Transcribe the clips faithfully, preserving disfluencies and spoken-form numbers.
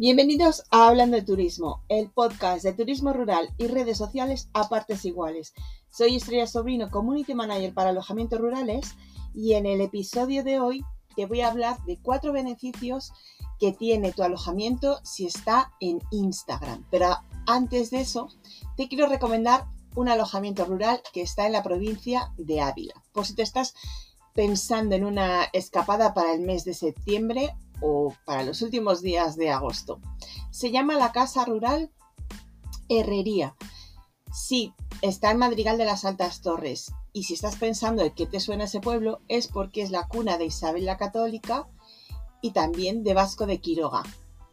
Bienvenidos a Hablando de Turismo, el podcast de turismo rural y redes sociales a partes iguales. Soy Estrella Sobrino, Community Manager para alojamientos rurales, y en el episodio de hoy te voy a hablar de cuatro beneficios que tiene tu alojamiento si está en Instagram. Pero antes de eso, te quiero recomendar un alojamiento rural que está en la provincia de Ávila. Por si te estás pensando en una escapada para el mes de septiembre o para los últimos días de agosto. Se llama la Casa Rural Herrería. Sí, está en Madrigal de las Altas Torres. Y si estás pensando en qué te suena ese pueblo, es porque es la cuna de Isabel la Católica y también de Vasco de Quiroga.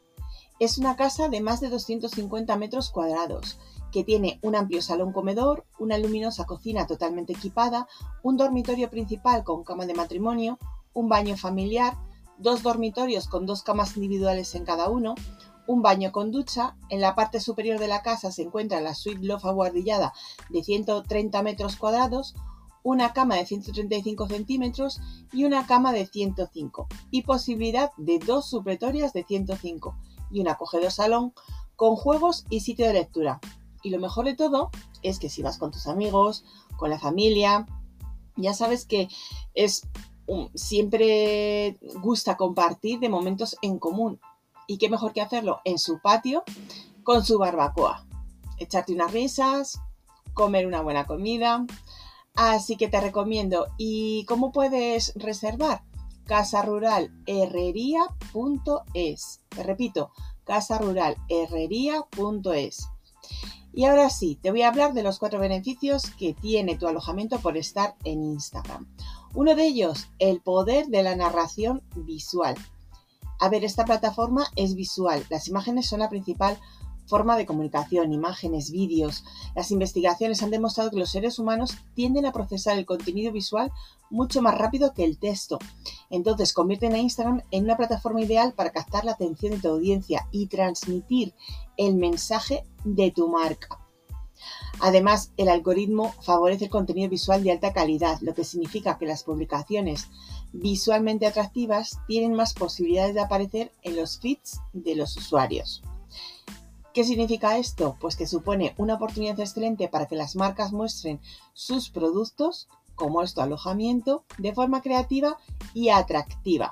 Es una casa de más de doscientos cincuenta metros cuadrados, que tiene un amplio salón comedor, una luminosa cocina totalmente equipada, un dormitorio principal con cama de matrimonio, un baño familiar, dos dormitorios con dos camas individuales en cada uno, un baño con ducha. En la parte superior de la casa se encuentra la suite loft abuhardillada de ciento treinta metros cuadrados, una cama de ciento treinta y cinco centímetros y una cama de ciento cinco, y posibilidad de dos supletorias de ciento cinco y un acogedor salón con juegos y sitio de lectura. Y lo mejor de todo es que si vas con tus amigos, con la familia, ya sabes que es um, siempre gusta compartir de momentos en común. Y qué mejor que hacerlo en su patio con su barbacoa. Echarte unas risas, comer una buena comida. Así que te recomiendo. ¿Y cómo puedes reservar? casa rural herrería punto es. Te repito, casa rural herrería punto es. Y ahora sí, te voy a hablar de los cuatro beneficios que tiene tu alojamiento por estar en Instagram. Uno de ellos, el poder de la narración visual. A ver, esta plataforma es visual. Las imágenes son la principal forma de comunicación, imágenes, vídeos. Las investigaciones han demostrado que los seres humanos tienden a procesar el contenido visual mucho más rápido que el texto. Entonces, convierten a Instagram en una plataforma ideal para captar la atención de tu audiencia y transmitir el mensaje de tu marca. Además, el algoritmo favorece el contenido visual de alta calidad, lo que significa que las publicaciones visualmente atractivas tienen más posibilidades de aparecer en los feeds de los usuarios. ¿Qué significa esto? Pues que supone una oportunidad excelente para que las marcas muestren sus productos, como es tu alojamiento, de forma creativa y atractiva.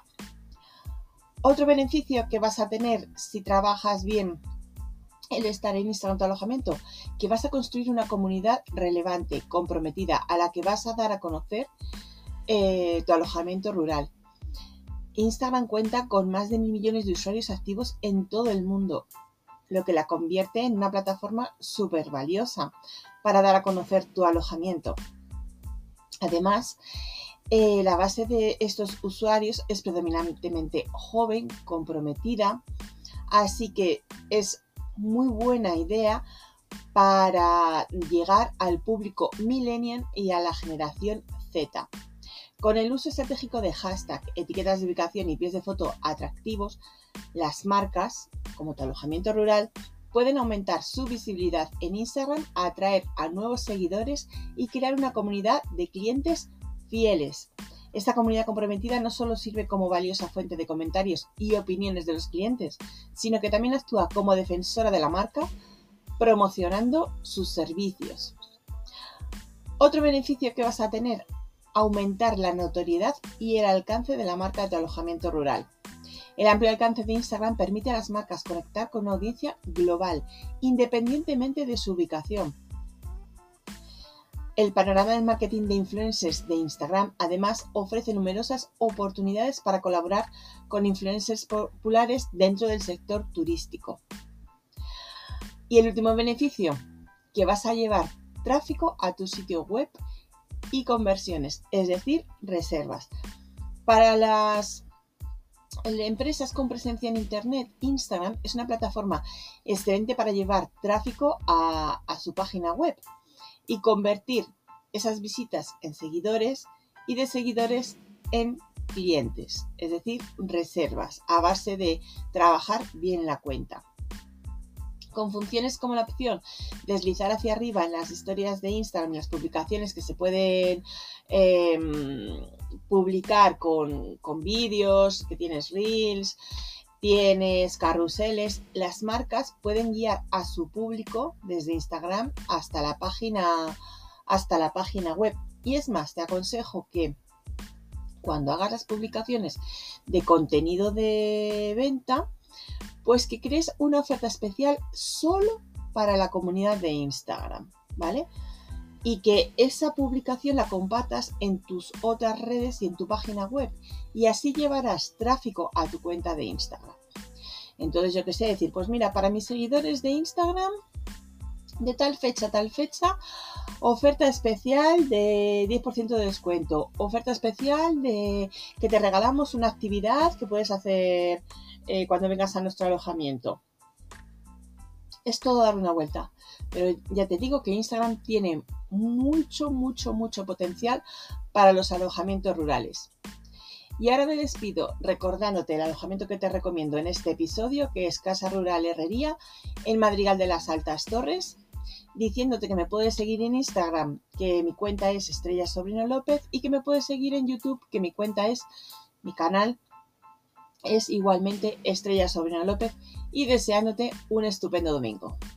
Otro beneficio que vas a tener si trabajas bien el estar en Instagram tu alojamiento, que vas a construir una comunidad relevante, comprometida, a la que vas a dar a conocer eh, tu alojamiento rural. Instagram cuenta con más de mil millones de usuarios activos en todo el mundo, lo que la convierte en una plataforma súper valiosa para dar a conocer tu alojamiento. Además, eh, la base de estos usuarios es predominantemente joven, comprometida, así que es muy buena idea para llegar al público millennial y a la generación Z. Con el uso estratégico de hashtag, etiquetas de ubicación y pies de foto atractivos, las marcas, como tu alojamiento rural, pueden aumentar su visibilidad en Instagram, atraer a nuevos seguidores y crear una comunidad de clientes fieles. Esta comunidad comprometida no solo sirve como valiosa fuente de comentarios y opiniones de los clientes, sino que también actúa como defensora de la marca, promocionando sus servicios. Otro beneficio que vas a tener, aumentar la notoriedad y el alcance de la marca de tu alojamiento rural. El amplio alcance de Instagram permite a las marcas conectar con una audiencia global, independientemente de su ubicación. El panorama del marketing de influencers de Instagram además ofrece numerosas oportunidades para colaborar con influencers populares dentro del sector turístico. Y el último beneficio, que vas a llevar tráfico a tu sitio web y conversiones, es decir, reservas. Para las empresas con presencia en Internet, Instagram es una plataforma excelente para llevar tráfico a, a su página web y convertir esas visitas en seguidores y de seguidores en clientes, es decir, reservas, a base de trabajar bien la cuenta. Con funciones como la opción deslizar hacia arriba en las historias de Instagram y las publicaciones que se pueden eh, publicar con, con vídeos, que tienes reels, tienes carruseles. Las marcas pueden guiar a su público desde Instagram hasta la página, hasta la página web. Y es más, te aconsejo que cuando hagas las publicaciones de contenido de venta, pues que crees una oferta especial solo para la comunidad de Instagram, ¿vale? Y que esa publicación la compartas en tus otras redes y en tu página web. Y así llevarás tráfico a tu cuenta de Instagram. Entonces, yo qué sé, decir, pues mira, para mis seguidores de Instagram, de tal fecha a tal fecha, oferta especial de diez por ciento de descuento. Oferta especial de que te regalamos una actividad que puedes hacer eh, cuando vengas a nuestro alojamiento. Es todo dar una vuelta. Pero ya te digo que Instagram tiene mucho, mucho, mucho potencial para los alojamientos rurales. Y ahora me despido recordándote el alojamiento que te recomiendo en este episodio, que es Casa Rural Herrería, en Madrigal de las Altas Torres, diciéndote que me puedes seguir en Instagram, que mi cuenta es Estrella Sobrino López, y que me puedes seguir en YouTube, que mi cuenta es, mi canal es igualmente Estrella Sobrino López, y deseándote un estupendo domingo.